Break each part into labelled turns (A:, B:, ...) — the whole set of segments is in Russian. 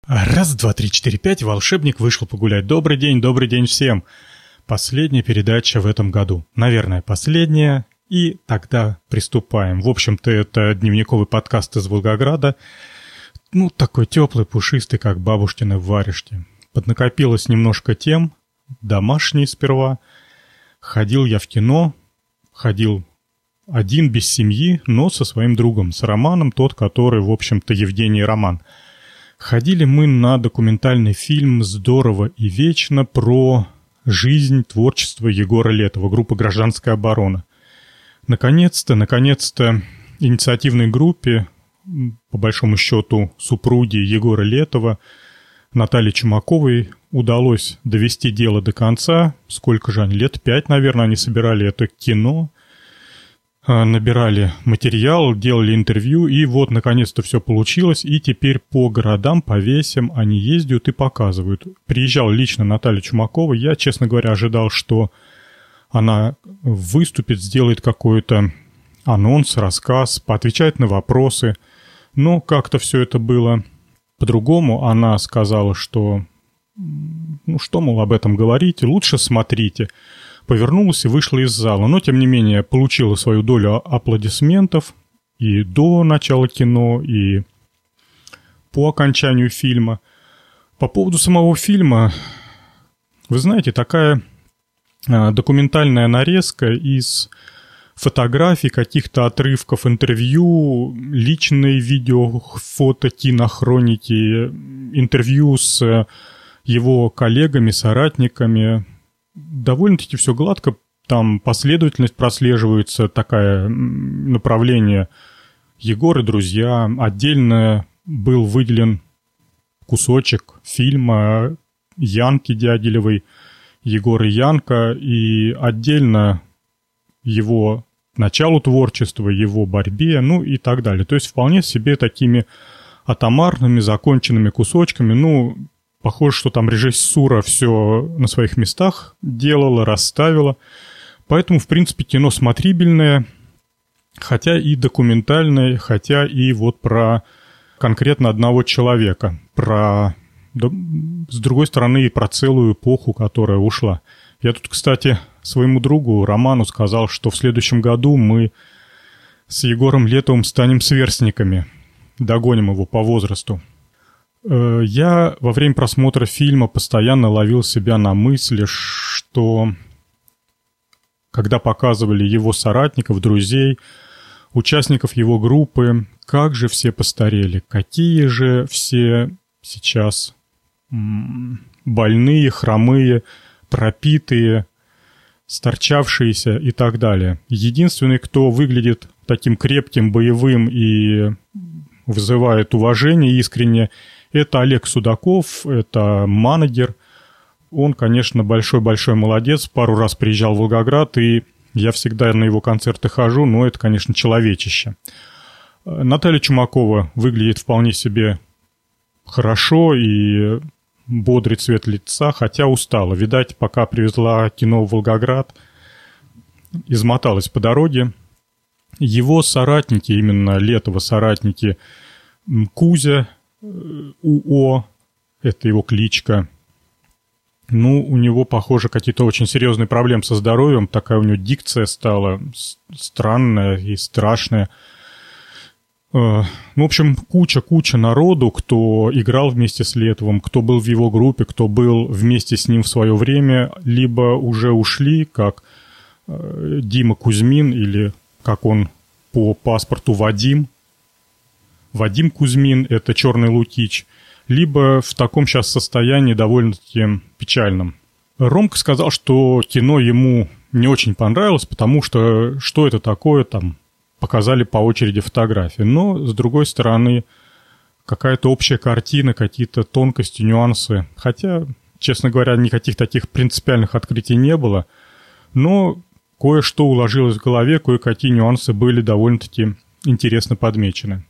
A: Раз, два, три, четыре, пять, волшебник вышел погулять. Добрый день всем. Последняя передача в этом году. Наверное, последняя. И тогда приступаем. В общем-то, это дневниковый подкаст из Волгограда. Такой теплый, пушистый, как бабушкины варежки. Поднакопилось немножко тем. Домашние сперва. Ходил я в кино. Ходил один, без семьи, но со своим другом. С Романом, тот, который, в общем-то, Евгений Роман. Ходили мы на документальный фильм «Здорово и вечно» про жизнь, творчество Егора Летова, группы «Гражданская оборона». Наконец-то инициативной группе, по большому счету супруги Егора Летова, Наталье Чумаковой, удалось довести дело до конца. Сколько же они? Лет 5, наверное, они собирали это кино. Набирали материал, делали интервью, и вот, наконец-то, все получилось, и теперь по городам, по весям они ездят и показывают. Приезжала лично Наталья Чумакова, я, честно говоря, ожидал, что она выступит, сделает какой-то анонс, рассказ, поотвечает на вопросы, но как-то все это было по-другому. Она сказала, что, что, мол, об этом говорить, лучше смотрите. Повернулась и вышла из зала, но, тем не менее, получила свою долю аплодисментов и до начала кино, и по окончанию фильма. По поводу самого фильма, вы знаете, такая документальная нарезка из фотографий, каких-то отрывков интервью, личные видео, фото, кинохроники, интервью с его коллегами, соратниками. Довольно-таки все гладко, там последовательность прослеживается, такое направление Егор и друзья. Отдельно был выделен кусочек фильма Янки Дягилевой, Егор и Янка, и отдельно его началу творчества, его борьбе, и так далее. То есть вполне себе такими атомарными, законченными кусочками, похоже, что там режиссура все на своих местах делала, расставила. Поэтому, в принципе, кино смотрибельное, хотя и документальное, хотя и вот про конкретно одного человека. С другой стороны, и про целую эпоху, которая ушла. Я тут, кстати, своему другу Роману сказал, что в следующем году мы с Егором Летовым станем сверстниками. Догоним его по возрасту. Я во время просмотра фильма постоянно ловил себя на мысли, что когда показывали его соратников, друзей, участников его группы, как же все постарели, какие же все сейчас больные, хромые, пропитые, сторчавшиеся и так далее. Единственный, кто выглядит таким крепким, боевым и вызывает уважение искренне, это Олег Судаков, это менеджер. Он, конечно, большой-большой молодец. Пару раз приезжал в Волгоград, и я всегда на его концерты хожу, но это, конечно, человечище. Наталья Чумакова выглядит вполне себе хорошо и бодрый цвет лица, хотя устала. Видать, пока привезла кино в Волгоград, измоталась по дороге. Его соратники, именно Летова соратники, Кузя, УО, это его кличка. У него, похоже, какие-то очень серьезные проблемы со здоровьем. Такая у него дикция стала странная и страшная. В общем, куча народу, кто играл вместе с Летовым, кто был в его группе, кто был вместе с ним в свое время, либо уже ушли, как Дима Кузьмин, или как он по паспорту Вадим Кузьмин, это Черный Лукич, либо в таком сейчас состоянии довольно-таки печальном. Ромка сказал, что кино ему не очень понравилось, потому что это такое, там показали по очереди фотографии. Но, с другой стороны, какая-то общая картина, какие-то тонкости, нюансы. Хотя, честно говоря, никаких таких принципиальных открытий не было. Но кое-что уложилось в голове, кое-какие нюансы были довольно-таки интересно подмечены.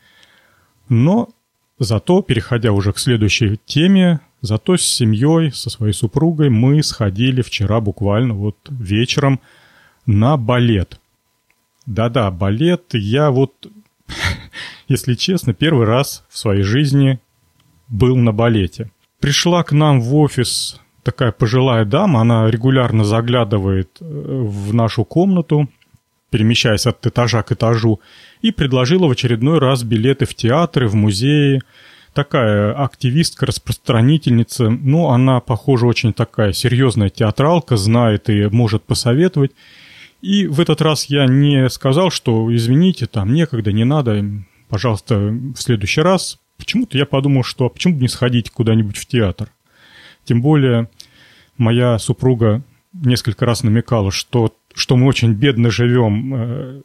A: Но зато, переходя уже к следующей теме, зато с семьей, со своей супругой мы сходили вчера буквально вечером на балет. Да-да, балет. Я если честно, первый раз в своей жизни был на балете. Пришла к нам в офис такая пожилая дама, она регулярно заглядывает в нашу комнату, перемещаясь от этажа к этажу, и предложила в очередной раз билеты в театры, в музеи. Такая активистка, распространительница, ну, она, похоже, очень такая серьезная театралка, знает и может посоветовать. И в этот раз я не сказал, что извините, там некогда, не надо, пожалуйста, в следующий раз. Почему-то я подумал, что почему бы не сходить куда-нибудь в театр. Тем более моя супруга несколько раз намекала, что мы очень бедно живем,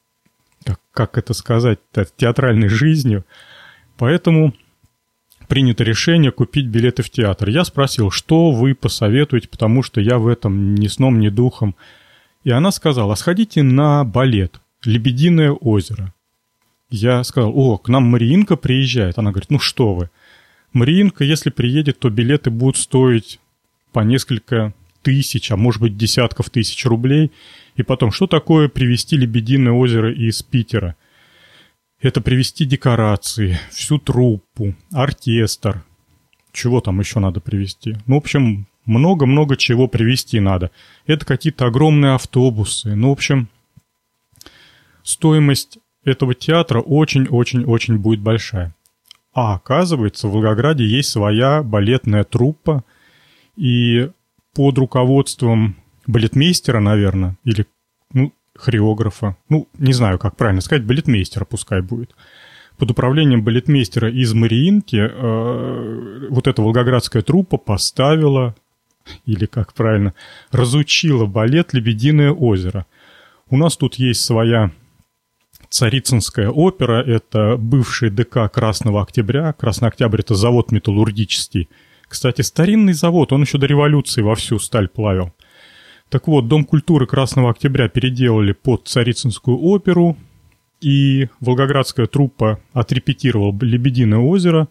A: как это сказать, театральной жизнью. Поэтому принято решение купить билеты в театр. Я спросил, что вы посоветуете, потому что я в этом ни сном, ни духом. И она сказала, сходите на балет «Лебединое озеро». Я сказал, к нам Мариинка приезжает. Она говорит, ну что вы. Мариинка, если приедет, то билеты будут стоить по несколько тысяч, а может быть десятков тысяч рублей. И потом, что такое привезти «Лебединое озеро» из Питера? Это привезти декорации, всю труппу, оркестр. Чего там еще надо привезти? Ну, в общем, много-много чего привезти надо. Это какие-то огромные автобусы. Ну, в общем, стоимость этого театра очень-очень-очень будет большая. А оказывается, в Волгограде есть своя балетная труппа, и под руководством балетмейстера, наверное, или хореографа, не знаю, как правильно сказать, балетмейстера пускай будет. Под управлением балетмейстера из Мариинки вот эта волгоградская труппа поставила, или как правильно, разучила балет «Лебединое озеро». У нас тут есть своя Царицынская опера, это бывший ДК Красного Октября. Красный Октябрь – это завод металлургический. Кстати, старинный завод, он еще до революции вовсю сталь плавил. Так вот, Дом культуры Красного Октября переделали под Царицынскую оперу, и волгоградская труппа отрепетировала «Лебединое озеро».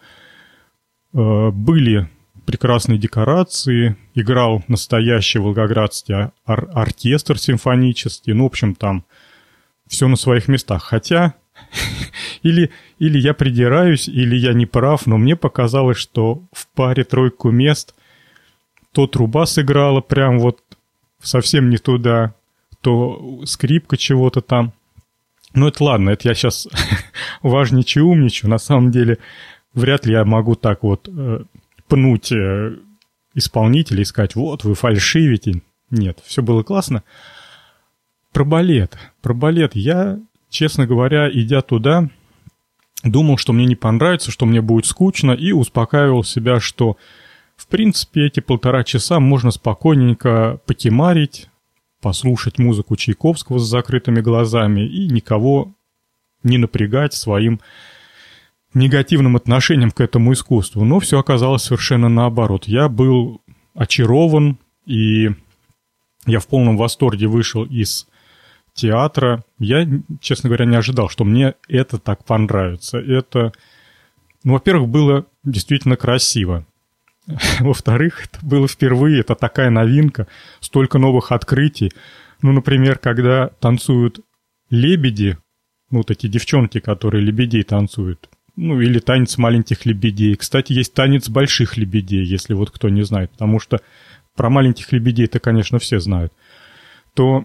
A: Были прекрасные декорации, играл настоящий волгоградский оркестр симфонический. В общем, там все на своих местах. Хотя или я придираюсь, или я не прав, но мне показалось, что в паре тройку мест то труба сыграла прям вот совсем не туда, то скрипка чего-то там. Ну, это ладно, это я сейчас важничаю, умничаю. На самом деле, вряд ли я могу так вот пнуть исполнителя и сказать, вот, вы фальшивите. Нет, все было классно. Про балет. Я, честно говоря, идя туда, думал, что мне не понравится, что мне будет скучно, и успокаивал себя, что в принципе эти 1,5 часа можно спокойненько покемарить, послушать музыку Чайковского с закрытыми глазами и никого не напрягать своим негативным отношением к этому искусству. Но все оказалось совершенно наоборот. Я был очарован, и я в полном восторге вышел из театра. Я, честно говоря, не ожидал, что мне это так понравится. Это, во-первых, было действительно красиво. Во-вторых, это было впервые, это такая новинка, столько новых открытий. Например, когда танцуют лебеди, вот эти девчонки, которые лебедей танцуют, или танец маленьких лебедей. Кстати, есть танец больших лебедей, если вот кто не знает, потому что про маленьких лебедей-то, конечно, все знают. То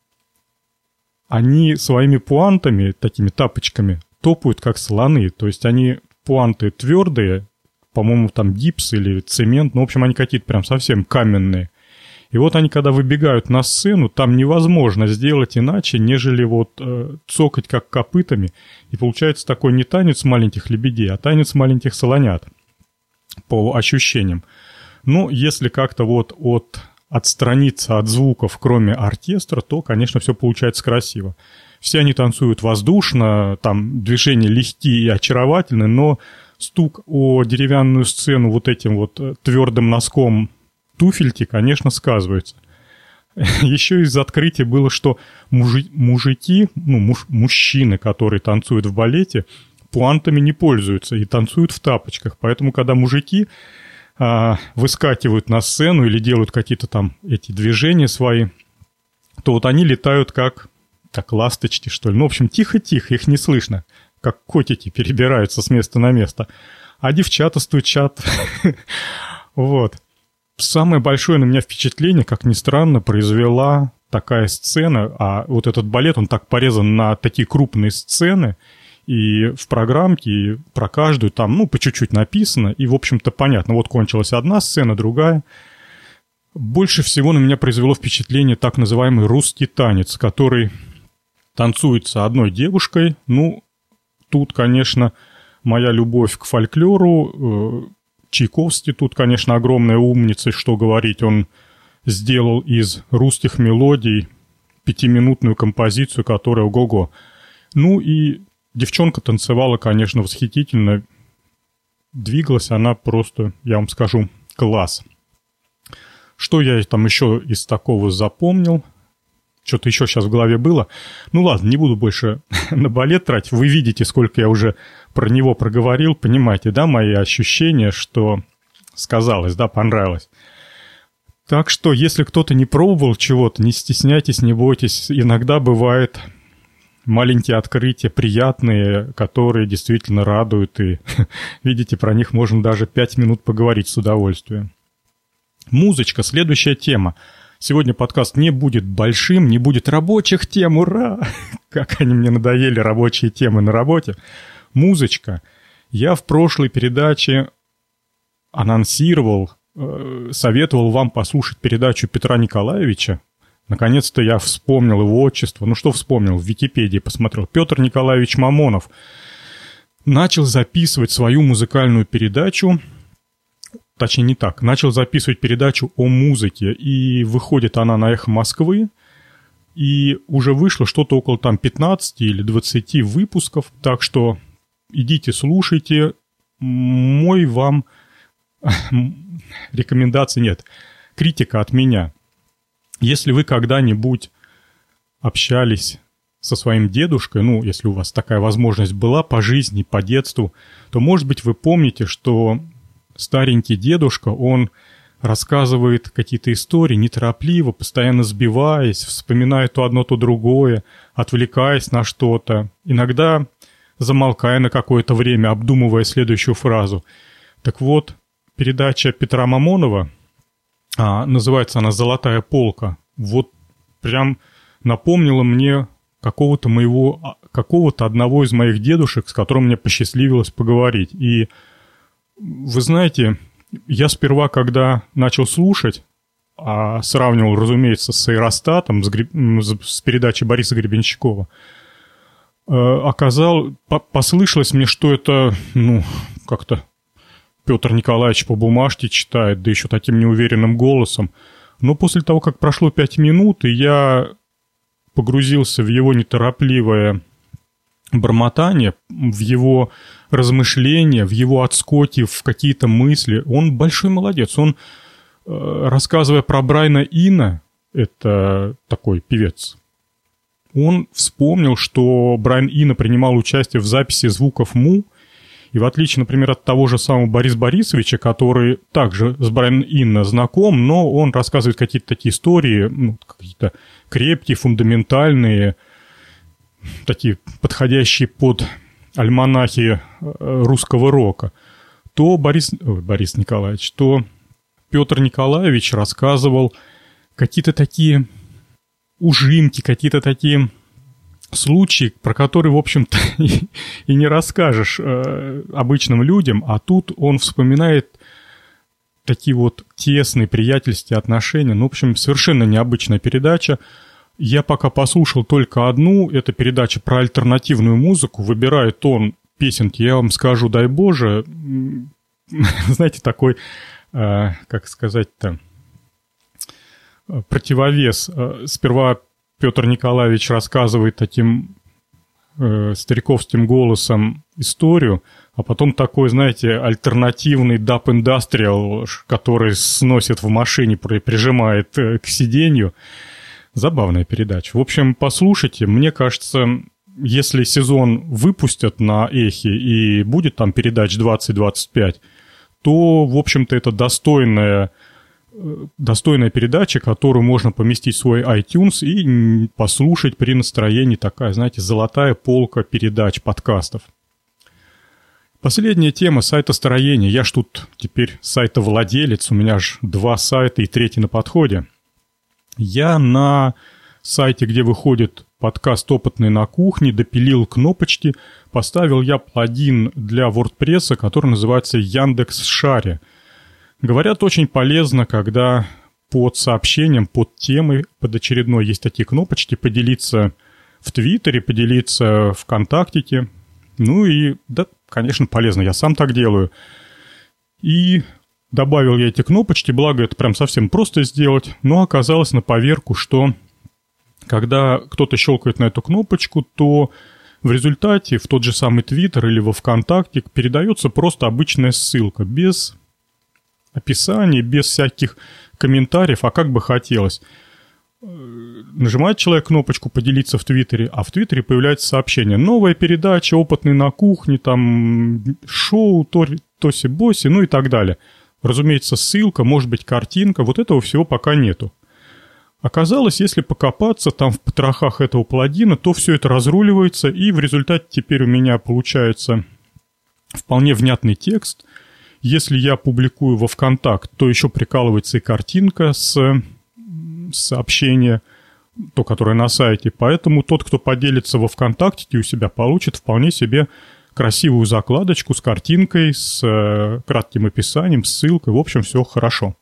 A: они своими пуантами, такими тапочками, топают как слоны. То есть они пуанты твердые, по-моему, там гипс или цемент, в общем, они какие-то прям совсем каменные. И вот они, когда выбегают на сцену, там невозможно сделать иначе, нежели вот цокать как копытами. И получается такой не танец маленьких лебедей, а танец маленьких солонят, по ощущениям. Но если как-то вот отстраниться от звуков, кроме оркестра, то, конечно, все получается красиво. Все они танцуют воздушно, там движения легкие и очаровательные, но стук о деревянную сцену вот этим вот твердым носком туфельки, конечно, сказывается. Еще из открытия было, что мужики, мужчины, которые танцуют в балете, пуантами не пользуются и танцуют в тапочках. Поэтому, когда мужики выскакивают на сцену или делают какие-то там эти движения свои, то вот они летают как ласточки, что ли. В общем, тихо-тихо, их не слышно, как котики перебираются с места на место. а девчата стучат. Вот. Самое большое на меня впечатление, как ни странно, произвела такая сцена, а вот этот балет, он так порезан на такие крупные сцены, и в программке и про каждую там, ну, по чуть-чуть написано, и, в общем-то, понятно. Вот кончилась одна сцена, другая. Больше всего на меня произвело впечатление так называемый русский танец, который танцуется одной девушкой. Ну, тут, конечно, моя любовь к фольклору. Чайковский тут, конечно, огромная умница, что говорить. Он сделал из русских мелодий 5-минутную композицию, которая ого-го. Ну и девчонка танцевала, конечно, восхитительно. Двигалась она просто, я вам скажу, класс. Что я там еще из такого запомнил? Что-то еще сейчас в голове было. Ну ладно, не буду больше на балет тратить. Вы видите, сколько я уже про него проговорил. Понимаете, да, мои ощущения, что сказалось, да, понравилось. Так что, если кто-то не пробовал чего-то, не стесняйтесь, не бойтесь. Иногда бывают маленькие открытия, приятные, которые действительно радуют. И, видите, про них можно даже 5 минут поговорить с удовольствием. Музычка, следующая тема. Сегодня подкаст не будет большим, не будет рабочих тем, ура! Как они мне надоели, рабочие темы на работе. Музычка. Я в прошлой передаче анонсировал, советовал вам послушать передачу Петра Николаевича. Наконец-то я вспомнил его отчество. Ну что вспомнил? В Википедии посмотрел. Петр Николаевич Мамонов начал записывать свою музыкальную передачу. Точнее, не так. Начал записывать передачу о музыке. И выходит она на «Эхо Москвы». И уже вышло что-то около там 15 или 20 выпусков. Так что идите, слушайте. Мой вам рекомендации нет. Критика от меня. Если вы когда-нибудь общались со своим дедушкой, ну, если у вас такая возможность была по жизни, по детству, то, может быть, вы помните, что старенький дедушка, он рассказывает какие-то истории неторопливо, постоянно сбиваясь, вспоминая то одно, то другое, отвлекаясь на что-то, иногда замолкая на какое-то время, обдумывая следующую фразу. Так вот, передача Петра Мамонова, называется она «Золотая полка», вот прям напомнила мне какого-то одного из моих дедушек, с которым мне посчастливилось поговорить. И вы знаете, я сперва, когда начал слушать, сравнивал, разумеется, с «Аэростатом», с передачей Бориса Гребенщикова, послышалось мне, что это, ну, как-то Петр Николаевич по бумажке читает, да еще таким неуверенным голосом. Но после того, как прошло 5 минут, и я погрузился в его неторопливое бормотание, в его размышления, в его отскоки, в какие-то мысли. Он большой молодец. Он, рассказывая про Брайана Ина, это такой певец, он вспомнил, что Брайан Ина принимал участие в записи звуков Му, и в отличие, например, от того же самого Бориса Борисовича, который также с Брайаном Инна знаком, но он рассказывает какие-то такие истории, ну, какие-то крепкие, фундаментальные, такие подходящие под альманахи русского рока, то Борис Николаевич, то Петр Николаевич рассказывал какие-то такие ужимки, какие-то такие случаи, про которые, в общем-то, и не расскажешь обычным людям, а тут он вспоминает такие вот тесные приятельские отношения. Ну, в общем, совершенно необычная передача. Я пока послушал только одну, это передача про альтернативную музыку. Выбирает он песенки, я вам скажу, дай Боже, знаете, такой, как сказать-то, противовес. Сперва Петр Николаевич рассказывает таким стариковским голосом историю, а потом такой, знаете, альтернативный даб-индастриал, который сносит в машине, прижимает к сиденью. Забавная передача. В общем, послушайте. Мне кажется, если сезон выпустят на Эхе и будет там передач 20-25, то, в общем-то, это достойная передача, которую можно поместить в свой iTunes и послушать при настроении. Такая, знаете, золотая полка передач, подкастов. Последняя тема — сайтостроения. Я ж тут теперь сайтовладелец, у меня ж 2 сайта и 3 на подходе. Я на сайте, где выходит подкаст «Опытный на кухне», допилил кнопочки, поставил я плагин для WordPress, который называется Яндекс.Шаре. Говорят, очень полезно, когда под сообщением, под темой, под очередной есть такие кнопочки, поделиться в Твиттере, поделиться ВКонтактике. Ну и, да, конечно, полезно, я сам так делаю. И добавил я эти кнопочки, благо это прям совсем просто сделать, но оказалось на поверку, что когда кто-то щелкает на эту кнопочку, то в результате в тот же самый Твиттер или во ВКонтакте передается просто обычная ссылка, без описания, без всяких комментариев, а как бы хотелось. Нажимает человек кнопочку «Поделиться в Твиттере», а в Твиттере появляется сообщение: новая передача, опытный на кухне, там шоу, тоси-боси, ну и так далее. Разумеется, ссылка, может быть, картинка, вот этого всего пока нету. Оказалось, если покопаться там в потрохах этого плагина, то все это разруливается, и в результате теперь у меня получается вполне внятный текст. Если я публикую во ВКонтакт, то еще прикалывается и картинка с сообщения, то, которое на сайте. Поэтому тот, кто поделится во ВКонтакте у себя, получит вполне себе красивую закладочку с картинкой, с кратким описанием, ссылкой. В общем, все хорошо.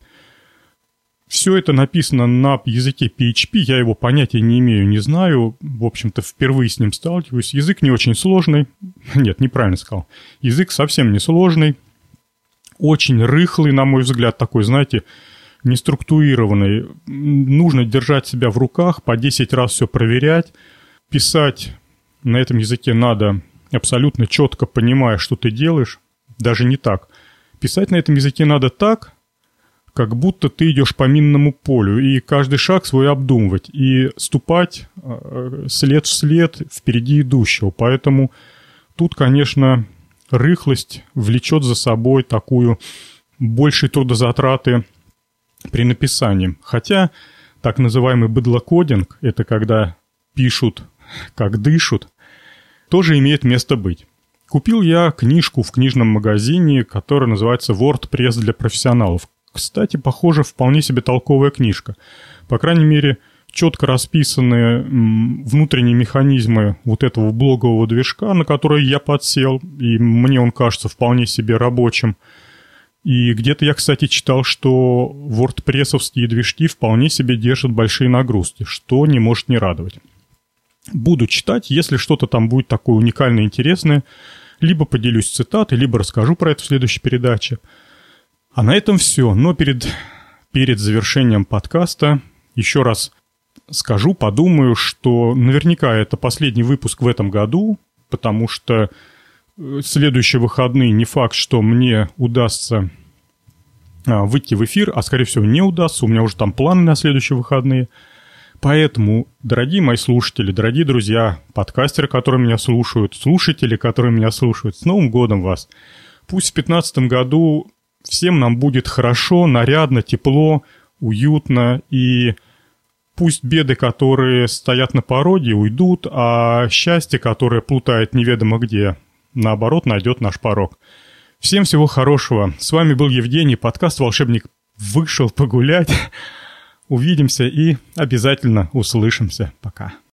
A: Все это написано на языке PHP, я его понятия не имею, не знаю. В общем-то, впервые с ним сталкиваюсь. Язык не очень сложный. Нет, неправильно сказал. Язык совсем не сложный. Очень рыхлый, на мой взгляд, такой, знаете, неструктурированный. Нужно держать себя в руках, по 10 раз все проверять. Писать на этом языке надо абсолютно четко, понимая, что ты делаешь. Даже не так. Писать на этом языке надо так, как будто ты идешь по минному полю, и каждый шаг свой обдумывать, и ступать след в след впереди идущего. Поэтому тут, конечно, рыхлость влечет за собой такую большие трудозатраты при написании. Хотя так называемый быдлокодинг, это когда пишут, как дышат, тоже имеет место быть. Купил я книжку в книжном магазине, которая называется WordPress для профессионалов. Кстати, похоже, вполне себе толковая книжка. По крайней мере, четко расписаны внутренние механизмы вот этого блогового движка, на который я подсел, и мне он кажется вполне себе рабочим. И где-то я, кстати, читал, что вордпрессовские движки вполне себе держат большие нагрузки, что не может не радовать. Буду читать, если что-то там будет такое уникальное, интересное, либо поделюсь цитатой, либо расскажу про это в следующей передаче. А на этом все. Но перед завершением подкаста еще раз скажу, подумаю, что наверняка это последний выпуск в этом году, потому что следующие выходные не факт, что мне удастся выйти в эфир, а скорее всего не удастся, у меня уже там планы на следующие выходные. Поэтому, дорогие мои слушатели, дорогие друзья, подкастеры, которые меня слушают, слушатели, которые меня слушают, с Новым годом вас! Пусть в 2015 году всем нам будет хорошо, нарядно, тепло, уютно, и пусть беды, которые стоят на пороге, уйдут, а счастье, которое плутает неведомо где, наоборот, найдет наш порог. Всем всего хорошего. С вами был Евгений, подкаст «Волшебник вышел погулять». Увидимся и обязательно услышимся. Пока.